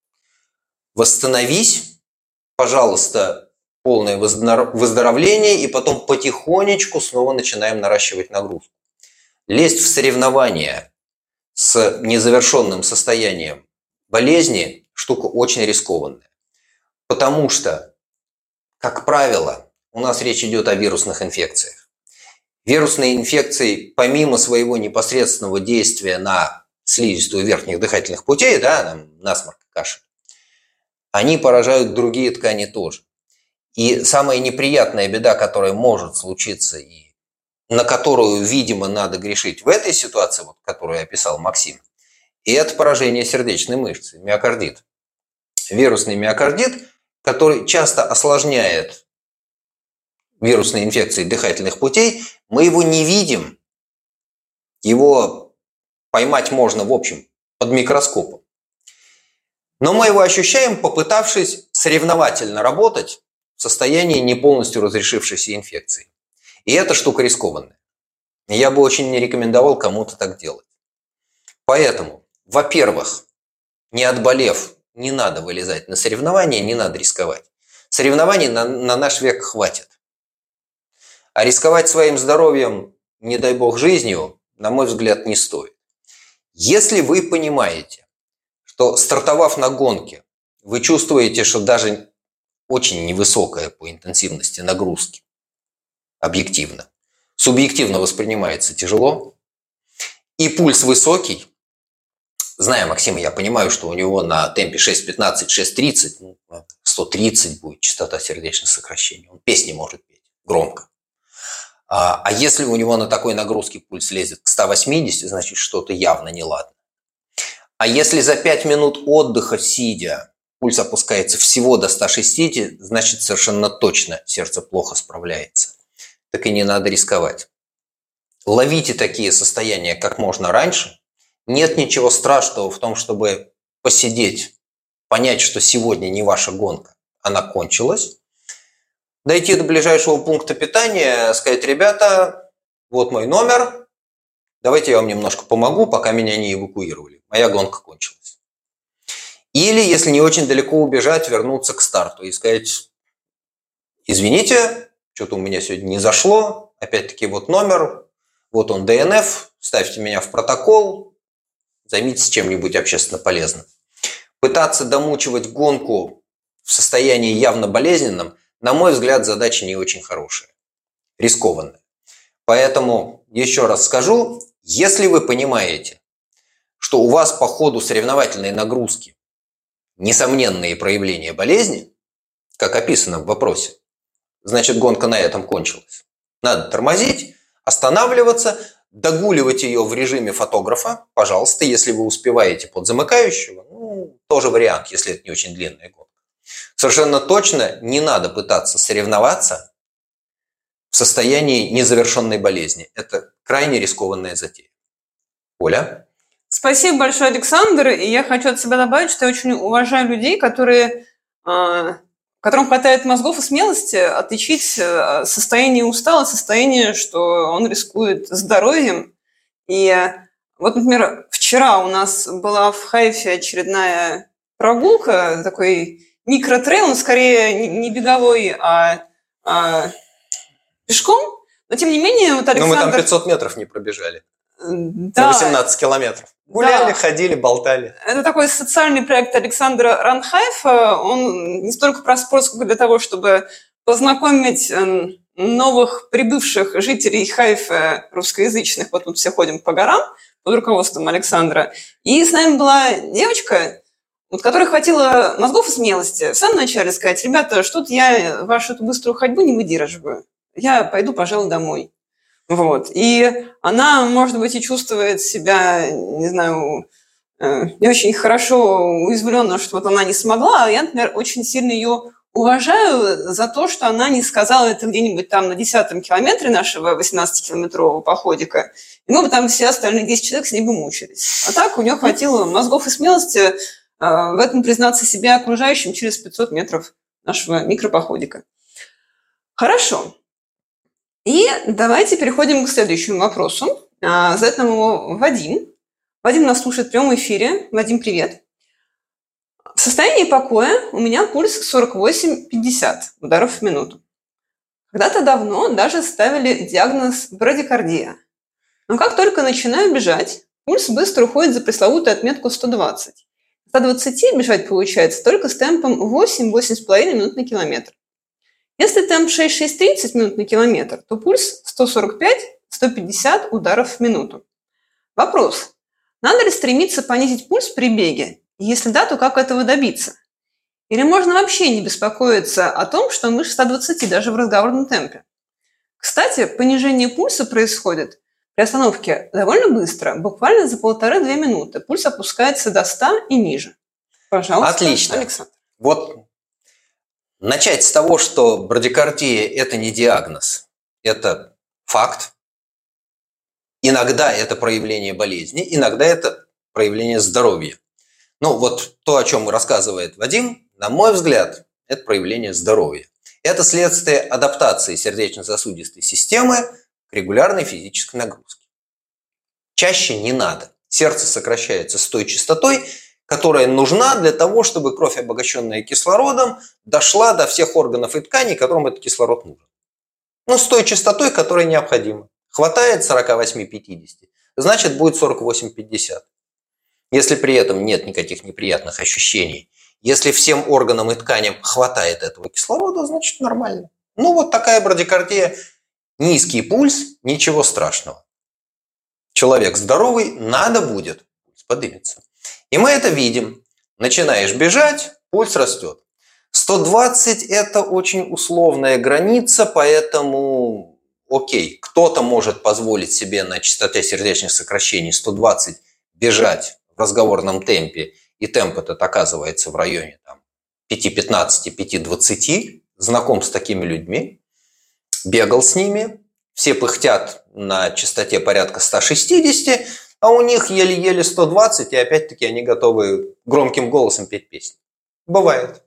Восстановись, пожалуйста, полное выздоровление, и потом потихонечку снова начинаем наращивать нагрузку. Лезть в соревнования с незавершенным состоянием болезни – штука очень рискованная. Потому что, как правило, у нас речь идет о вирусных инфекциях. Вирусные инфекции, помимо своего непосредственного действия на слизистую верхних дыхательных путей, насморк, кашель, они поражают другие ткани тоже. И самая неприятная беда, которая может случиться и на которую, видимо, надо грешить в этой ситуации, которую описал Максим, и это поражение сердечной мышцы, миокардит. Вирусный миокардит, который часто осложняет вирусные инфекции дыхательных путей, мы его не видим. Его поймать можно, в общем, под микроскопом. Но мы его ощущаем, попытавшись соревновательно работать в состоянии не полностью разрешившейся инфекции. И эта штука рискованная. Я бы очень не рекомендовал кому-то так делать. Поэтому, во-первых, не отболев, не надо вылезать на соревнования, не надо рисковать. Соревнований на наш век хватит. А рисковать своим здоровьем, не дай бог жизнью, на мой взгляд, не стоит. Если вы понимаете, что стартовав на гонке, вы чувствуете, что даже очень невысокая по интенсивности нагрузки, объективно, субъективно воспринимается тяжело, и пульс высокий, зная Максима, я понимаю, что у него на темпе 6.15, 6.30, 130 будет частота сердечных сокращений, он песни может петь громко. А если у него на такой нагрузке пульс лезет к 180, значит, что-то явно неладно. А если за 5 минут отдыха сидя пульс опускается всего до 160, значит, совершенно точно сердце плохо справляется. Так и не надо рисковать. Ловите такие состояния как можно раньше. Нет ничего страшного в том, чтобы посидеть, понять, что сегодня не ваша гонка, она кончилась. Дойти до ближайшего пункта питания, сказать, ребята, вот мой номер, давайте я вам немножко помогу, пока меня не эвакуировали. Моя гонка кончилась. Или, если не очень далеко убежать, вернуться к старту и сказать, извините, что-то у меня сегодня не зашло, опять-таки вот номер, вот он ДНФ, ставьте меня в протокол, займитесь чем-нибудь общественно полезным. Пытаться домучивать гонку в состоянии явно болезненном, на мой взгляд, задача не очень хорошая, рискованная. Поэтому еще раз скажу, если вы понимаете, что у вас по ходу соревновательной нагрузки несомненные проявления болезни, как описано в вопросе, значит, гонка на этом кончилась. Надо тормозить, останавливаться, догуливать ее в режиме фотографа, пожалуйста, если вы успеваете под замыкающего, тоже вариант, если это не очень длинная гонка. Совершенно точно не надо пытаться соревноваться в состоянии незавершенной болезни. Это крайне рискованная затея. Оля? Спасибо большое, Александр. И я хочу от себя добавить, что я очень уважаю людей, которым хватает мозгов и смелости отличить состояние устала от состояния, что он рискует здоровьем. И вот, например, вчера у нас была в Хайфе очередная прогулка, такой микротрейл, он скорее не беговой, а пешком. Но, тем не менее, вот Александр... Но мы там 500 метров не пробежали. Да. На 18 километров. Гуляли, ходили, болтали. Это такой социальный проект Александра Ранхайфа. Он не столько про спорт, сколько для того, чтобы познакомить новых прибывших жителей Хайфа русскоязычных. Вот мы все ходим по горам под руководством Александра. И с нами была девочка, вот, которой хватило мозгов и смелости в самом начале сказать: ребята, что-то я вашу эту быструю ходьбу не выдерживаю. Я пойду, пожалуй, домой. Вот. И она, может быть, и чувствует себя, не знаю, не очень хорошо, уязвленно, что вот она не смогла. А я, например, очень сильно ее уважаю за то, что она не сказала это где-нибудь там на 10-м километре нашего 18-километрового походика. И мы бы там все остальные 10 человек с ней бы мучились. А так у нее хватило мозгов и смелости в этом признаться себе окружающим через 500 метров нашего микропоходика. Хорошо. И давайте переходим к следующему вопросу. Задает нам его Вадим. Вадим нас слушает в прямом эфире. Вадим, привет. В состоянии покоя у меня пульс 48-50 ударов в минуту. Когда-то давно даже ставили диагноз брадикардия. Но как только начинаю бежать, пульс быстро уходит за пресловутую отметку 120. 120 бежать получается только с темпом 8-8,5 минут на километр. Если темп 6-6,30 минут на километр, то пульс 145-150 ударов в минуту. Вопрос. Надо ли стремиться понизить пульс при беге? Если да, то как этого добиться? Или можно вообще не беспокоиться о том, что выше 120 даже в разговорном темпе? Кстати, понижение пульса происходит при остановке довольно быстро, буквально за 1,5-2 минуты. Пульс опускается до 100 и ниже. Пожалуйста, Отлично. Александр. Вот начать с того, что брадикардия – это не диагноз, это факт. Иногда это проявление болезни, иногда это проявление здоровья. Ну вот то, о чем рассказывает Вадим, на мой взгляд, это проявление здоровья. Это следствие адаптации сердечно-сосудистой системы к регулярной физической нагрузке. Чаще не надо. Сердце сокращается с той частотой, которая нужна для того, чтобы кровь, обогащенная кислородом, дошла до всех органов и тканей, которым этот кислород нужен. Ну, с той частотой, которая необходима. Хватает 48-50, значит, будет 48-50. Если при этом нет никаких неприятных ощущений, если всем органам и тканям хватает этого кислорода, значит, нормально. Ну, вот такая брадикардия. Низкий пульс, ничего страшного. Человек здоровый, надо будет, пульс поднимется. И мы это видим. Начинаешь бежать, пульс растет. 120 – это очень условная граница, поэтому окей, кто-то может позволить себе на частоте сердечных сокращений 120 бежать в разговорном темпе, и темп этот оказывается в районе 5:15, 5:20. Знаком с такими людьми, бегал с ними, все пыхтят на частоте порядка 160, а у них еле-еле 120, и опять-таки они готовы громким голосом петь песни. Бывает.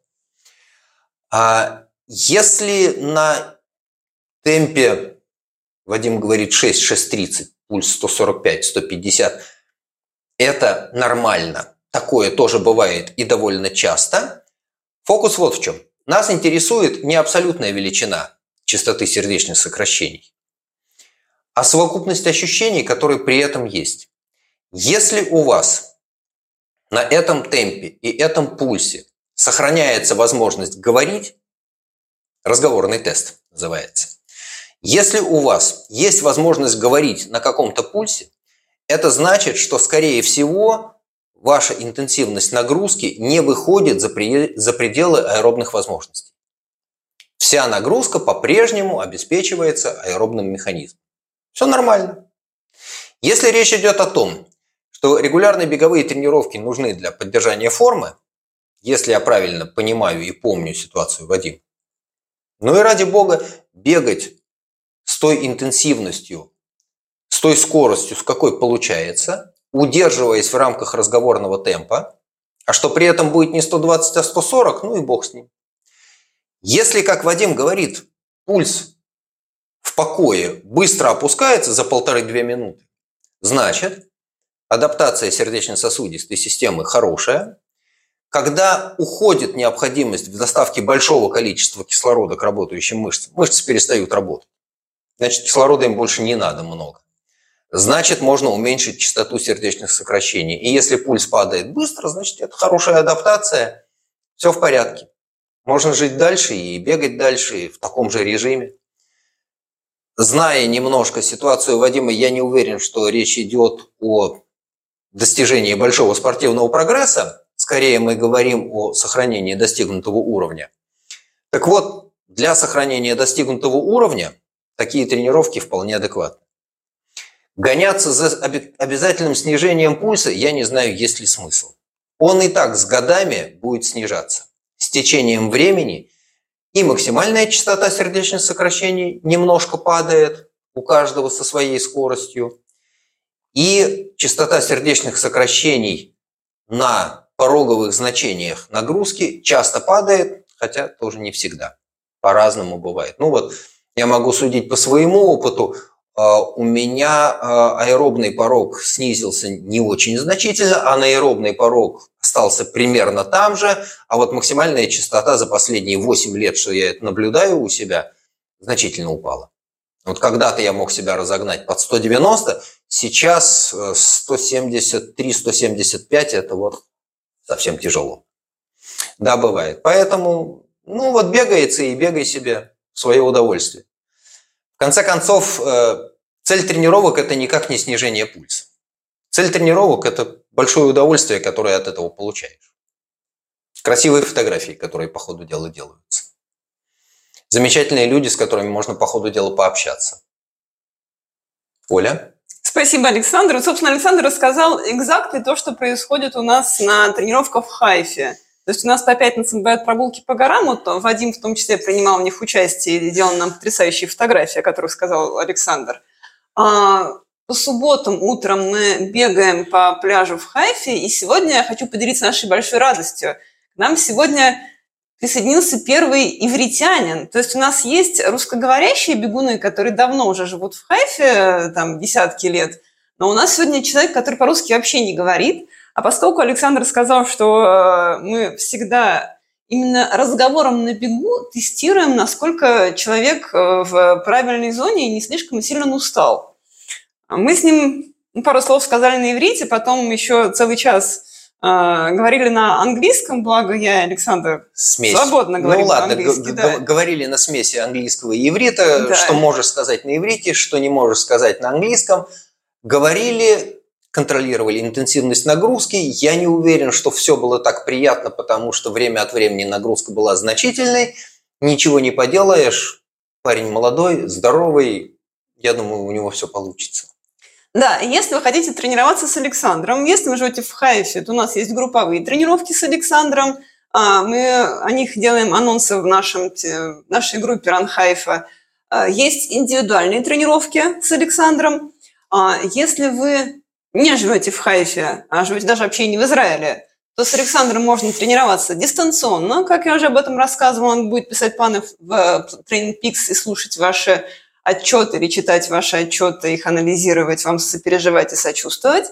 А если на темпе, Вадим говорит, 6-6:30, пульс 145-150, это нормально. Такое тоже бывает и довольно часто. Фокус вот в чем. Нас интересует не абсолютная величина частоты сердечных сокращений, а совокупность ощущений, которые при этом есть. Если у вас на этом темпе и этом пульсе сохраняется возможность говорить, разговорный тест называется. Если у вас есть возможность говорить на каком-то пульсе, это значит, что, скорее всего, ваша интенсивность нагрузки не выходит за пределы аэробных возможностей. Вся нагрузка по-прежнему обеспечивается аэробным механизмом. Все нормально. Если речь идет о том, что регулярные беговые тренировки нужны для поддержания формы, если я правильно понимаю и помню ситуацию, Вадим, ну и ради бога, бегать с той интенсивностью, с той скоростью, с какой получается, удерживаясь в рамках разговорного темпа, а что при этом будет не 120, а 140, ну и бог с ним. Если, как Вадим говорит, пульс в покое быстро опускается за 1,5-2 минуты, значит, адаптация сердечно-сосудистой системы хорошая. Когда уходит необходимость в доставке большого количества кислорода к работающим мышцам, мышцы перестают работать. Значит, кислорода им больше не надо много. Значит, можно уменьшить частоту сердечных сокращений. И если пульс падает быстро, значит, это хорошая адаптация. Все в порядке. Можно жить дальше и бегать дальше и в таком же режиме. Зная немножко ситуацию Вадима, я не уверен, что речь идет о достижении большого спортивного прогресса. Скорее мы говорим о сохранении достигнутого уровня. Так вот, для сохранения достигнутого уровня такие тренировки вполне адекватны. Гоняться за обязательным снижением пульса, я не знаю, есть ли смысл. Он и так с годами будет снижаться. С течением времени и максимальная частота сердечных сокращений немножко падает, у каждого со своей скоростью, и частота сердечных сокращений на пороговых значениях нагрузки часто падает, хотя тоже не всегда. По-разному бывает. Ну вот, я могу судить по своему опыту. У меня аэробный порог снизился не очень значительно, а анаэробный порог остался примерно там же, а вот максимальная частота за последние 8 лет, что я это наблюдаю у себя, значительно упала. Вот когда-то я мог себя разогнать под 190, сейчас 173-175 это вот совсем тяжело. Да, бывает. Поэтому, ну вот бегается и бегай себе в свое удовольствие. В конце концов, цель тренировок – это никак не снижение пульса. Цель тренировок – это большое удовольствие, которое от этого получаешь. Красивые фотографии, которые по ходу дела делаются. Замечательные люди, с которыми можно по ходу дела пообщаться. Оля? Спасибо, Александр. Вот, собственно, Александр рассказал экзактно то, что происходит у нас на тренировках в Хайфе. То есть у нас по пятницам бывают прогулки по горам, вот Вадим в том числе принимал в них участие и делал нам потрясающие фотографии, о которых сказал Александр. А по субботам утром мы бегаем по пляжу в Хайфе, и сегодня я хочу поделиться нашей большой радостью. К нам сегодня присоединился первый ивритянин. То есть у нас есть русскоговорящие бегуны, которые давно уже живут в Хайфе, там десятки лет, но у нас сегодня человек, который по-русски вообще не говорит. А поскольку Александр сказал, что мы всегда именно разговором на бегу тестируем, насколько человек в правильной зоне и не слишком сильно устал. Мы с ним пару слов сказали на иврите, потом еще целый час говорили на английском, благо я и Александр свободно говорим по-английски. Говорили на смеси английского и иврита, да. Что можешь сказать на иврите, что не можешь сказать на английском. Говорили, контролировали интенсивность нагрузки. Я не уверен, что все было так приятно, потому что время от времени нагрузка была значительной. Ничего не поделаешь. Парень молодой, здоровый. Я думаю, у него все получится. Да, если вы хотите тренироваться с Александром, если вы живете в Хайфе, то у нас есть групповые тренировки с Александром. Мы о них делаем анонсы в нашей группе Run Haifa. Есть индивидуальные тренировки с Александром. Если вы не живете в Хайфе, а живете даже вообще не в Израиле, то с Александром можно тренироваться дистанционно. Как я уже об этом рассказывала, он будет писать планы в Training Peaks и слушать ваши отчеты или читать ваши отчеты, их анализировать, вам сопереживать и сочувствовать.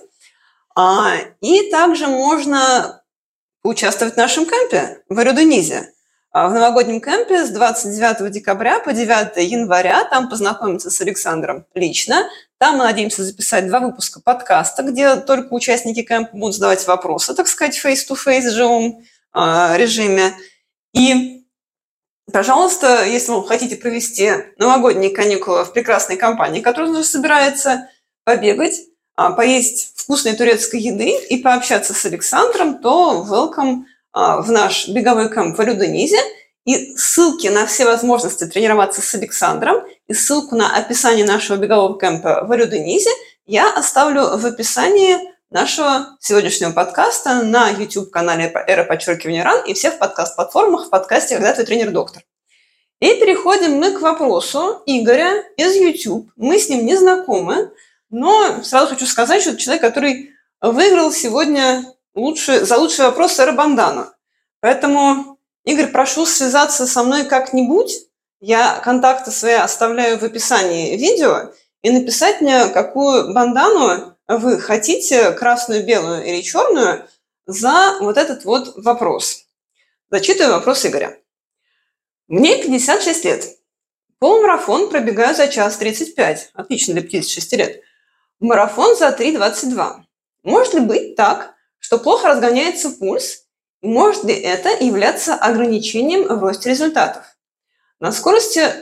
И также можно поучаствовать в нашем кемпе в Эрудунизе. В новогоднем кемпе с 29 декабря по 9 января, там познакомиться с Александром лично. Там мы надеемся записать 2 выпуска подкаста, где только участники кемпа будут задавать вопросы, так сказать, face-to-face в живом режиме. И, пожалуйста, если вы хотите провести новогодние каникулы в прекрасной компании, которая уже собирается побегать, поесть вкусной турецкой еды и пообщаться с Александром, то welcome в наш беговой кэмп в Эрудунизе. И ссылки на все возможности тренироваться с Александром и ссылку на описание нашего бегового кэмпа в Эрудунизе я оставлю в описании нашего сегодняшнего подкаста на YouTube-канале @Run и всех подкаст-платформах в подкасте «Когда твой тренер доктор». И переходим мы к вопросу Игоря из YouTube. Мы с ним не знакомы, но сразу хочу сказать, что это человек, который выиграл сегодня за лучший вопрос сэра Бандана. Поэтому, Игорь, прошу связаться со мной как-нибудь. Я контакты свои оставляю в описании видео. И написать мне, какую бандану вы хотите, красную, белую или черную, за вот этот вот вопрос. Зачитываю вопрос Игоря. Мне 56 лет. Полумарафон пробегаю за час 35. Отлично для 56 лет. Марафон за 3:22. Может ли быть так, что плохо разгоняется пульс? И может ли это являться ограничением в росте результатов? На скорости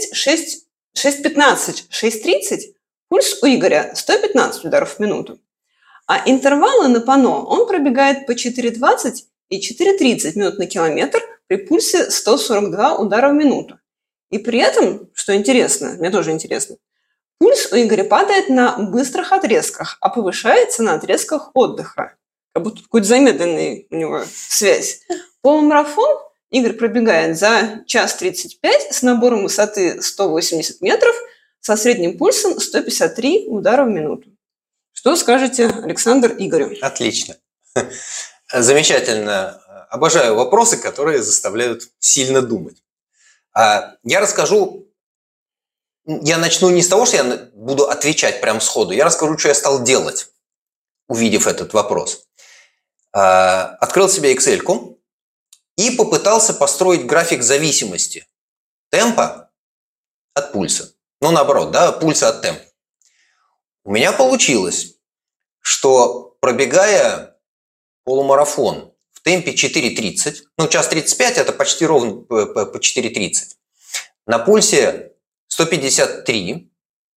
6:15, 6:30 пульс у Игоря 115 ударов в минуту. А интервалы на панно он пробегает по 4:20 и 4:30 минут на километр при пульсе 142 удара в минуту. И при этом, что интересно, мне тоже интересно, пульс у Игоря падает на быстрых отрезках, а повышается на отрезках отдыха. Как будто какой-то замедленный у него связь. Полумарафон Игорь пробегает за час 35 с набором высоты 180 метров со средним пульсом 153 удара в минуту. Что скажете, Александр, Игорю? Отлично. Замечательно. Обожаю вопросы, которые заставляют сильно думать. Я расскажу, я начну не с того, что я буду отвечать прямо сходу, я расскажу, что я стал делать, увидев этот вопрос. Открыл себе Excel-ку и попытался построить график зависимости темпа от пульса. Ну, наоборот, да, пульса от темпа. У меня получилось, что пробегая полумарафон в темпе 4:30, ну, час 35 – это почти ровно по 4:30, на пульсе 153,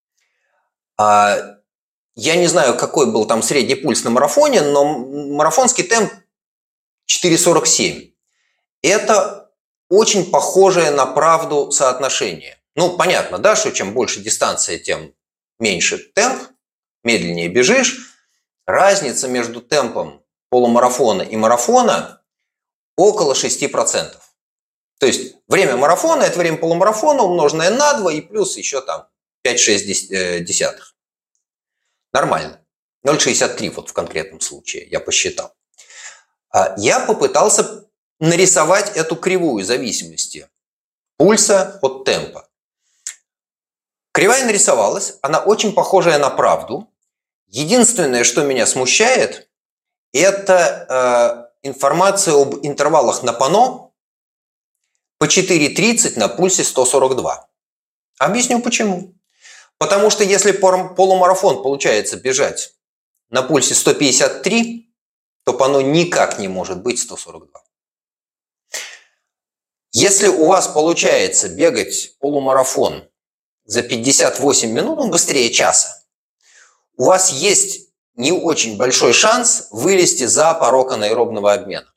я не знаю, какой был там средний пульс на марафоне, но марафонский темп 4:47. Это очень похожее на правду соотношение. Ну, понятно, да, что чем больше дистанция, тем меньше темп, медленнее бежишь. Разница между темпом полумарафона и марафона около 6%. То есть время марафона – это время полумарафона, умноженное на 2 и плюс еще там 5,6. Нормально. 0,63 вот в конкретном случае я посчитал. Я попытался нарисовать эту кривую зависимости пульса от темпа. Кривая нарисовалась, она очень похожая на правду. Единственное, что меня смущает, это информация об интервалах на панно по 4:30 на пульсе 142. Объясню почему. Потому что если полумарафон получается бежать на пульсе 153, то панно никак не может быть 142. Если у вас получается бегать полумарафон за 58 минут, ну, быстрее часа, у вас есть не очень большой шанс вылезти за порог анаэробного обмена.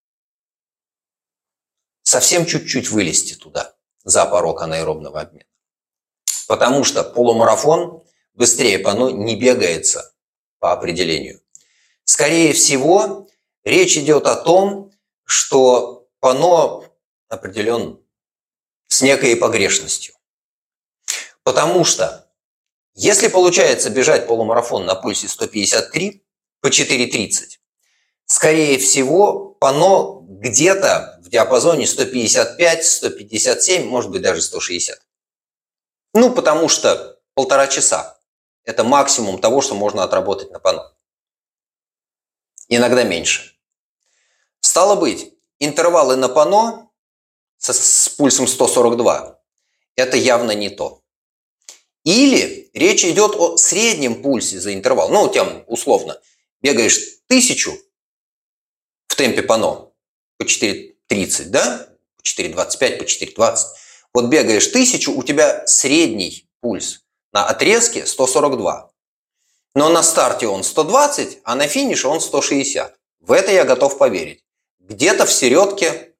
Совсем чуть-чуть вылезти туда, за порог анаэробного обмена. Потому что полумарафон быстрее панно не бегается по определению. Скорее всего, речь идет о том, что панно определен с некой погрешностью. Потому что если получается бежать полумарафон на пульсе 153 по 4:30, скорее всего, панно где-то в диапазоне 155, 157, может быть даже 160. Ну, потому что 1,5 часа – это максимум того, что можно отработать на панно. Иногда меньше. Стало быть, интервалы на панно с пульсом 142 – это явно не то. Или речь идет о среднем пульсе за интервал. Ну, тем условно, бегаешь 1000 в темпе панно по 4:30, да? По 4:25, по 4:20. Вот бегаешь 1000, у тебя средний пульс на отрезке 142. Но на старте он 120, а на финише он 160. В это я готов поверить. Где-то в середке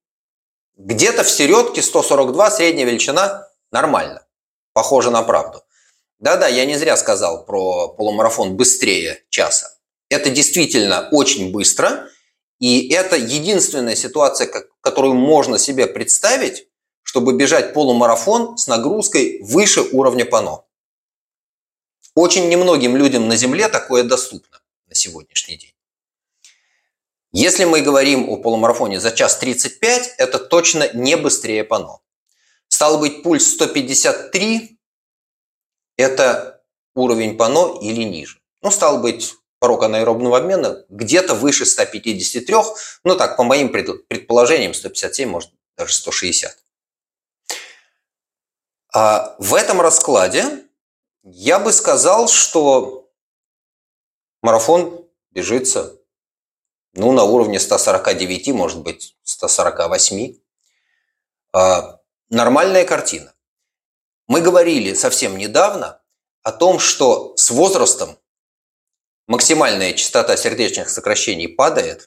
142 средняя величина нормально. Похоже на правду. Да-да, я не зря сказал про полумарафон быстрее часа. Это действительно очень быстро. И это единственная ситуация, которую можно себе представить, чтобы бежать полумарафон с нагрузкой выше уровня ПАНО. Очень немногим людям на Земле такое доступно на сегодняшний день. Если мы говорим о полумарафоне за час 35, это точно не быстрее ПАНО. Стало быть, пульс 153 – это уровень ПАНО или ниже. Стало быть, порог анаэробного обмена где-то выше 153, так, по моим предположениям, 157, может, даже 160. А в этом раскладе я бы сказал, что марафон бежится на уровне 149, может быть, 148. Нормальная картина. Мы говорили совсем недавно о том, что с возрастом максимальная частота сердечных сокращений падает,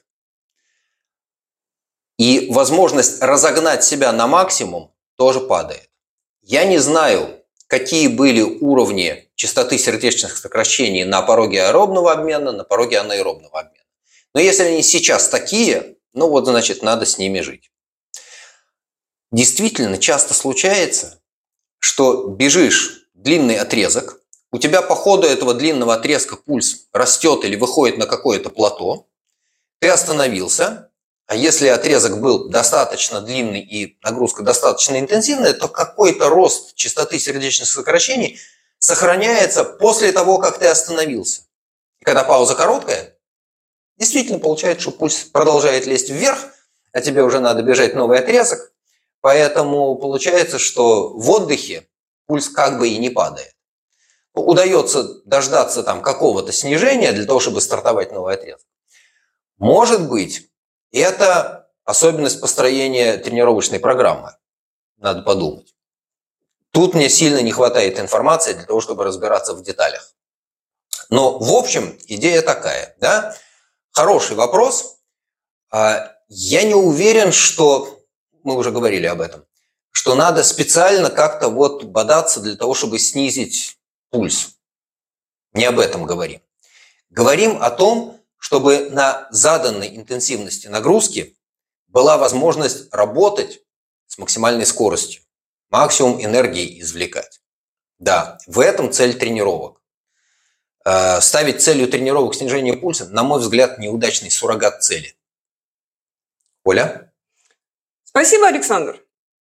и возможность разогнать себя на максимум тоже падает. Я не знаю, какие были уровни частоты сердечных сокращений на пороге аэробного обмена, на пороге анаэробного обмена. Но если они сейчас такие, значит, надо с ними жить. Действительно, часто случается, что бежишь длинный отрезок, у тебя по ходу этого длинного отрезка пульс растет или выходит на какое-то плато, ты остановился, а если отрезок был достаточно длинный и нагрузка достаточно интенсивная, то какой-то рост частоты сердечных сокращений сохраняется после того, как ты остановился. И когда пауза короткая, действительно получается, что пульс продолжает лезть вверх, а тебе уже надо бежать новый отрезок, поэтому получается, что в отдыхе пульс как бы и не падает. Удается дождаться какого-то снижения для того, чтобы стартовать новый отрезок. Может быть, это особенность построения тренировочной программы. Надо подумать. Тут мне сильно не хватает информации для того, чтобы разбираться в деталях. Но, в общем, идея такая. Да? Хороший вопрос. Я не уверен, что, мы уже говорили об этом, что надо специально как-то бодаться для того, чтобы снизить пульс. Не об этом говорим. Говорим о том, чтобы на заданной интенсивности нагрузки была возможность работать с максимальной скоростью, максимум энергии извлекать. Да, в этом цель тренировок. Ставить целью тренировок снижение пульса, на мой взгляд, неудачный суррогат цели. Оля? Спасибо, Александр.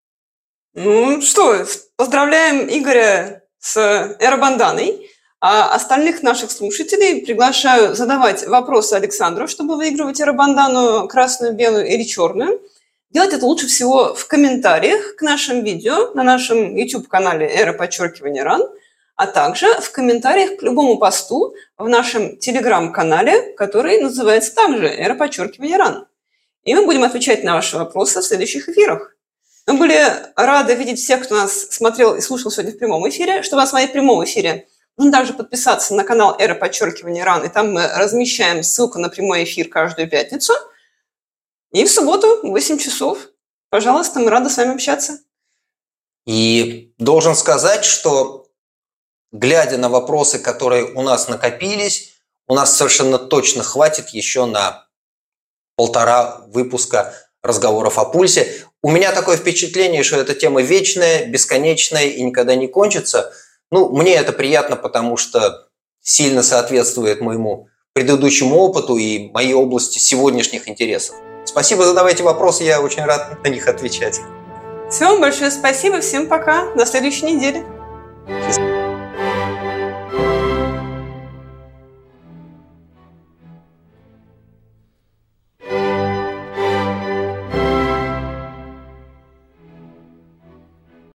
Поздравляем Игоря с эробанданой. А остальных наших слушателей приглашаю задавать вопросы Александру, чтобы выигрывать эробандану красную, белую или черную. Делать это лучше всего в комментариях к нашим видео на нашем YouTube-канале @run, а также в комментариях к любому посту в нашем Telegram-канале, который называется также @run. И мы будем отвечать на ваши вопросы в следующих эфирах. Мы были рады видеть всех, кто нас смотрел и слушал сегодня в прямом эфире. Чтобы нас смотреть в прямом эфире, нужно также подписаться на канал @run, и там мы размещаем ссылку на прямой эфир каждую пятницу. И в субботу в 8 часов. Пожалуйста, мы рады с вами общаться. И должен сказать, что, глядя на вопросы, которые у нас накопились, у нас совершенно точно хватит еще на 1,5 выпуска разговоров о пульсе. У меня такое впечатление, что эта тема вечная, бесконечная и никогда не кончится. Мне это приятно, потому что сильно соответствует моему предыдущему опыту и моей области сегодняшних интересов. Спасибо, задавайте вопросы, я очень рад на них отвечать. Всем большое спасибо, всем пока, до следующей недели.